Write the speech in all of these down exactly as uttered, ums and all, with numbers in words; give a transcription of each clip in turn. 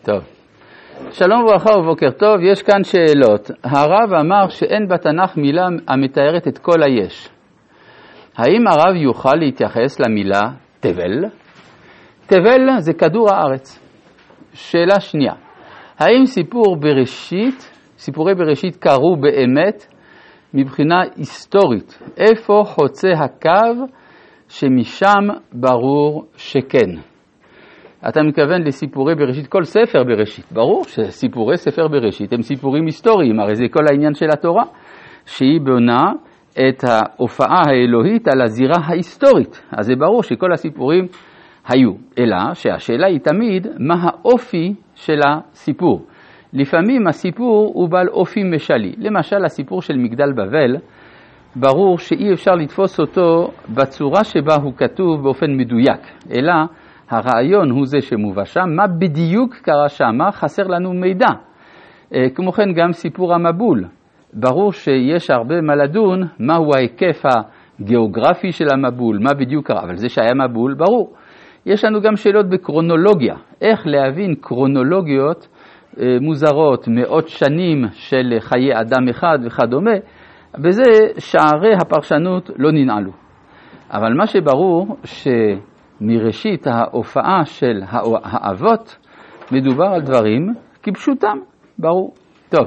טוב. שלום וברכה ובוקר טוב, יש כאן שאלות. הרב אמר שאין בתנ"ך מילה המתארת את כל היש. האם הרב יוכל להתייחס למילה תבל? תבל זה כדור הארץ. שאלה שנייה. האם סיפור בראשית, סיפורי בראשית קרו באמת מבחינה היסטורית? איפה חוצה הקו שמשם ברור שכן? אתה מתכוון לסיפורי בראשית, כל ספר בראשית. ברור שסיפורי ספר בראשית הם סיפורים היסטוריים, הרי זה כל העניין של התורה, שהיא בונה את ההופעה האלוהית על הזירה ההיסטורית. אז זה ברור שכל הסיפורים היו, אלא שהשאלה היא תמיד מה האופי של הסיפור. לפעמים הסיפור הוא בעל אופי משלי. למשל הסיפור של מגדל בבל, ברור שאי אפשר לתפוס אותו בצורה שבה הוא כתוב באופן מדויק, אלא הרעיון הוא זה שמובא שם, מה בדיוק קרה שם, חסר לנו מידע. כמו כן גם סיפור המבול, ברור שיש הרבה מה לדון, מהו ההיקף הגיאוגרפי של המבול, מה בדיוק קרה, אבל זה שהיה מבול, ברור. יש לנו גם שאלות בקרונולוגיה, איך להבין קרונולוגיות מוזרות, מאות שנים של חיי אדם אחד וכדומה, בזה שערי הפרשנות לא ננעלו. אבל מה שברור שמראשית ההופעה של האבות מדובר על דברים כפשוטם, ברור. טוב,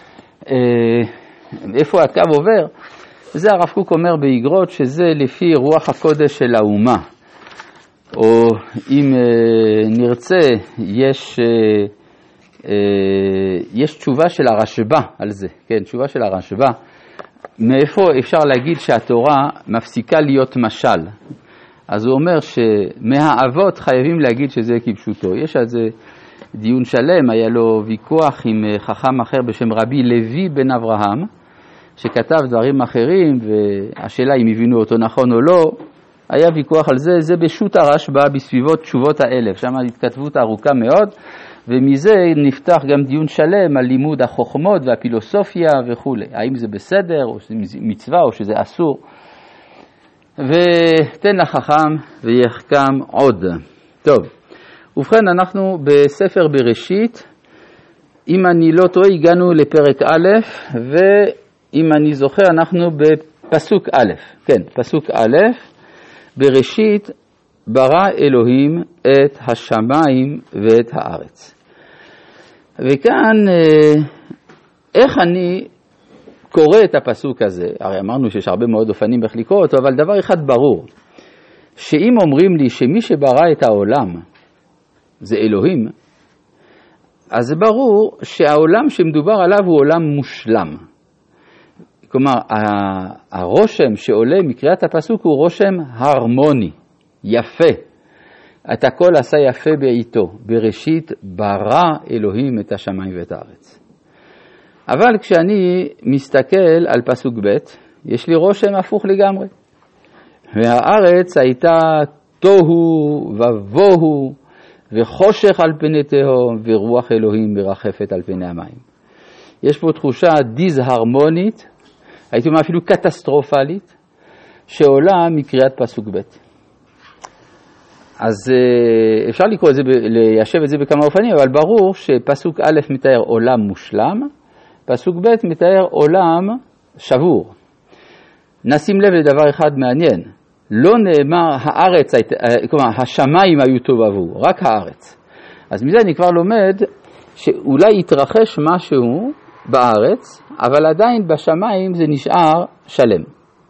איפה הקו עובר? זה הרב קוק אומר באגרות שזה לפי רוח הקודש של האומה. או אם נרצה, יש, יש תשובה של הרשב"א על זה, כן, תשובה של הרשב"א. מאיפה אפשר להגיד שהתורה מפסיקה להיות משל? אז הוא אומר שמהאבות חייבים להגיד שזה כפשוטו. יש על זה דיון שלם, היה לו ויכוח עם חכם אחר בשם רבי לוי בן אברהם, שכתב דברים אחרים, והשאלה אם הבינו אותו נכון או לא, היה ויכוח על זה, זה בשו"ת הרשב"א בסביבות תשובות האלף, שם התכתבות ארוכה מאוד, ומזה נפתח גם דיון שלם על לימוד החוכמות והפילוסופיה וכו'. האם זה בסדר, או שזה מצווה, או שזה אסור. ותן לחכם ויחכם עוד. טוב, ובכן אנחנו בספר בראשית, אם אני לא טועה הגענו לפרק א', ואם אני זוכר אנחנו בפסוק א', כן, פסוק א', בראשית ברא אלוהים את השמיים ואת הארץ. וכאן, איך אני קורא את הפסוק הזה? הרי אמרנו שיש הרבה מאוד אופנים איך לקרוא אותו, אבל דבר אחד ברור, שאם אומרים לי שמי שברא את העולם זה אלוהים, אז זה ברור שהעולם שמדובר עליו הוא עולם מושלם. כלומר, הרושם שעולה מקריאת הפסוק הוא רושם הרמוני, יפה. את הכל עשה יפה בעיתו, בראשית ברא אלוהים את השמיים ואת הארץ. אבל כשאני מסתכל על פסוק ב', יש לי רושם הפוך לגמרי. והארץ הייתה תוהו ובוהו, וחושך על פני תהום, ורוח אלוהים מרחפת על פני המים. יש פה תחושה דיסהרמונית, הייתי אומר אפילו קטסטרופלית, שעולה מקריאת פסוק ב'. אז אפשר לקרוא את זה, ליישב את זה בכמה אופנים, אבל ברור שפסוק א' מתאר עולם מושלם, פסוק ב' מתאר עולם שבור. נשים לב לדבר אחד מעניין, לא נאמר הארץ, כלומר השמיים היו טובבו, רק הארץ. אז מזה אני כבר לומד שאולי יתרחש משהו בארץ, אבל עדיין בשמיים זה נשאר שלם.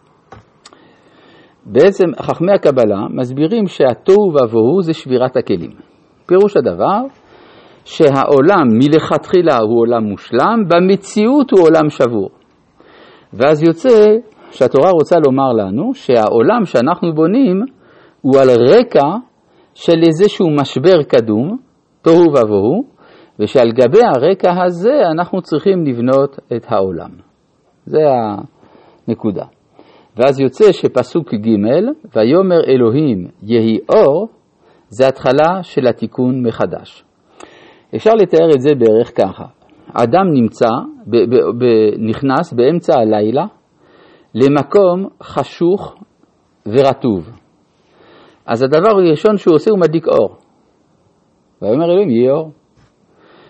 בעצם חכמי הקבלה מסבירים שהתוהו ובוהו זה שבירת הכלים. פירוש הדבר שהעולם מלכתחילה הוא עולם מושלם, במציאות הוא עולם שבור. ואז יוצא שהתורה רוצה לומר לנו שהעולם שאנחנו בונים הוא על רקע של איזשהו משבר קדום, תוהו ובוהו, ושעל גבי הרקע הזה אנחנו צריכים לבנות את העולם. זה הנקודה. ואז יוצא שפסוק ג' ויאמר אלוהים יהי אור, זה התחלה של התיקון מחדש. אפשר לתאר את זה בערך ככה. אדם נמצא, ב- ב- ב- נכנס באמצע הלילה למקום חשוך ורטוב. אז הדבר הראשון שהוא עושה הוא מדליק אור. ויאמר אלוהים יהי אור.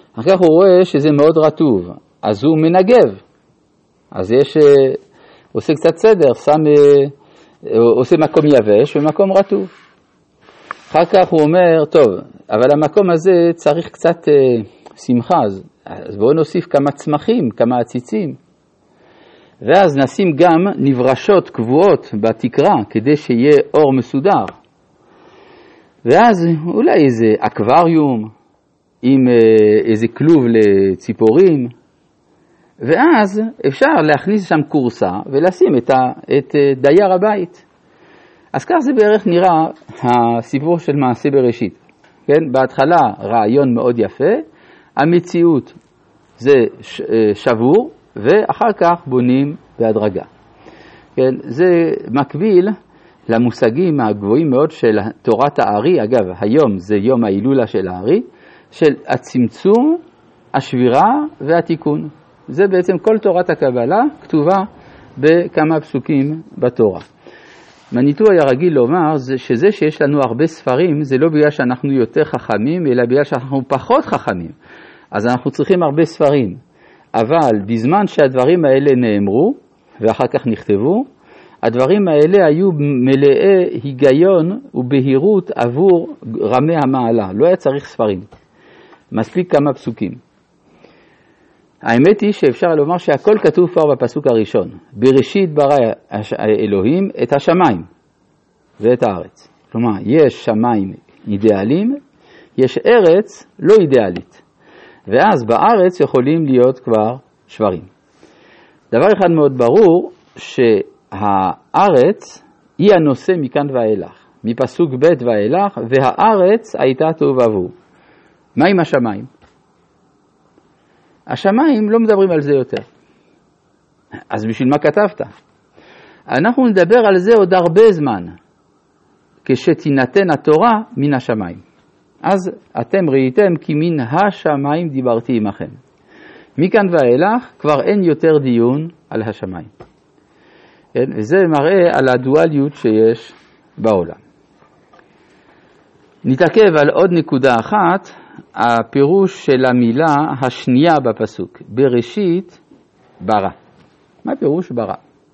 אחר כך הוא רואה שזה מאוד רטוב, אז הוא מנגב. אז יש, עושה קצת סדר, שם, עושה מקום יבש ומקום רטוב. אחר כך הוא אומר, טוב, אבל המקום הזה צריך קצת שמחה, אז בואו נוסיף כמה צמחים, כמה עציצים. ואז נשים גם נברשות קבועות בתקרה, כדי שיהיה אור מסודר. ואז אולי איזה אקווריום, עם איזה כלוב לציפורים, ואז אפשר להכניס שם קורסה ולשים את, ה, את דייר הבית. אז כך זה בערך נראה הסיפור של מעשה בראשית. כן? בהתחלה רעיון מאוד יפה, המציאות זה שבור, ואחר כך בונים בהדרגה. כן? זה מקביל למושגים הגבוהים מאוד של תורת הארי, אגב היום זה יום ההילולה של הארי, של הצמצום, השבירה והתיקון. זה בעצם כל תורת הקבלה כתובה בכמה פסוקים בתורה. מניטו היה רגיל לומר שזה שיש לנו הרבה ספרים זה לא בגלל שאנחנו יותר חכמים, אלא בגלל שאנחנו פחות חכמים. אז אנחנו צריכים הרבה ספרים. אבל בזמן שהדברים האלה נאמרו, ואחר כך נכתבו, הדברים האלה היו מלאי היגיון ובהירות עבור רמי המעלה. לא היה צריך ספרים. מספיק כמה פסוקים. האמת היא שאפשר לומר שהכל כתוב כבר בפסוק הראשון. בראשית ברא אלוהים את השמיים ואת הארץ. כלומר, יש שמיים אידיאליים, יש ארץ לא אידיאלית. ואז בארץ יכולים להיות כבר שברים. דבר אחד מאוד ברור, שהארץ היא הנושא מכאן ואילך. מפסוק ב' ואילך, והארץ הייתה תוהו ובוהו. מה עם השמיים? השמיים לא מדברים על זה יותר. אז בשביל מה כתבת? אנחנו נדבר על זה עוד הרבה זמן, כשתינתן התורה מן השמיים. אז אתם ראיתם כי מן השמיים דיברתי עמכם. מכאן ואילך כבר אין יותר דיון על השמיים. וזה מראה על הדואליות שיש בעולם. נתעכב על עוד נקודה אחת, הפירוש של המילה השנייה בפסוק. בראשית ברא. מה פירוש ברא?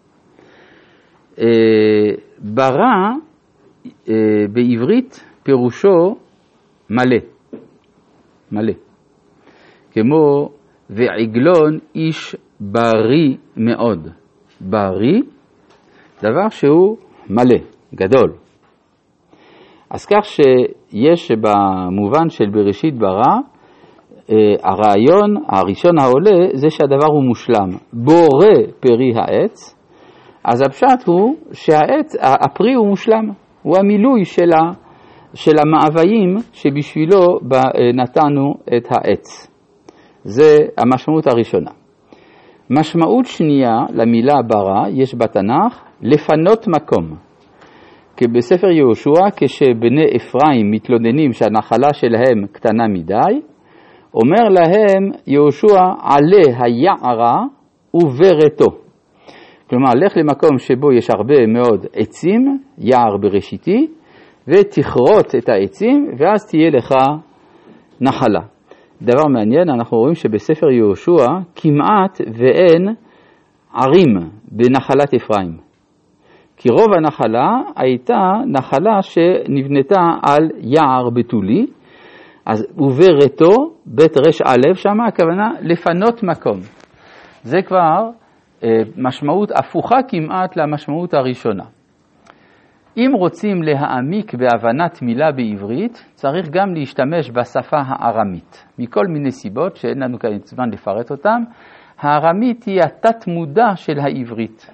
ברא בעברית פירושו מלא. מלא. כמו ועגלון איש בריא מאוד. בריא, דבר שהוא מלא, גדול. אז כך שיש במובן של בראשית ברא, הרעיון הראשון העולה זה שהדבר הוא מושלם. בורא פרי העץ, אז הפשט הוא שהעץ, הפרי הוא מושלם. הוא המילוי של, ה, של המאוויים שבשבילו נתנו את העץ. זה המשמעות הראשונה. משמעות שנייה למילה ברא יש בתנ"ך לפנות מקום. כי בספר יהושע כשבני אפרים מתלוננים שהנחלה שלהם קטנה מדי, אומר להם יהושע עלה היערה וברתו. כלומר לך למקום שבו יש הרבה מאוד עצים, יער בראשיתי, ותכרות את העצים ואז תהיה לך נחלה. דבר מעניין, אנחנו רואים שבספר יהושע כמעט ואין ערים בנחלת אפרים. כי רוב הנחלה הייתה נחלה שנבנתה על יער בתולי, אז וברתו, בית רש א', שם הכוונה לפנות מקום. זה כבר אה, משמעות הפוכה כמעט למשמעות הראשונה. אם רוצים להעמיק בהבנת מילה בעברית, צריך גם להשתמש בשפה הארמית. מכל מיני סיבות שאין לנו כאן זמן לפרט אותם, הארמית היא התת מודע של העברית.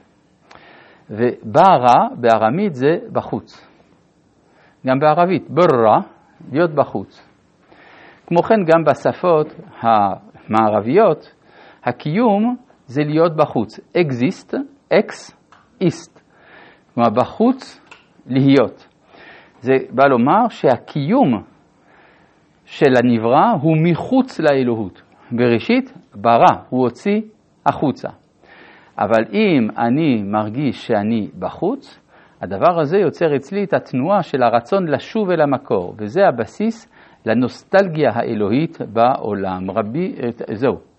וברה בארמית זה בחוץ. גם בערבית, בררה, להיות בחוץ. כמו כן גם בשפות המערביות, הקיום זה להיות בחוץ. exist, ex, ist. כלומר בחוץ להיות. זה בא לומר שהקיום של הנברא הוא מחוץ לאלוהות. בראשית ברא, הוא הוציא החוצה. אבל אם אני מרגיש שאני בחוץ, הדבר הזה יוצר אצלי את התנועה של הרצון לשוב אל המקור, וזה הבסיס לנוסטלגיה האלוהית בעולם. רבי, זהו.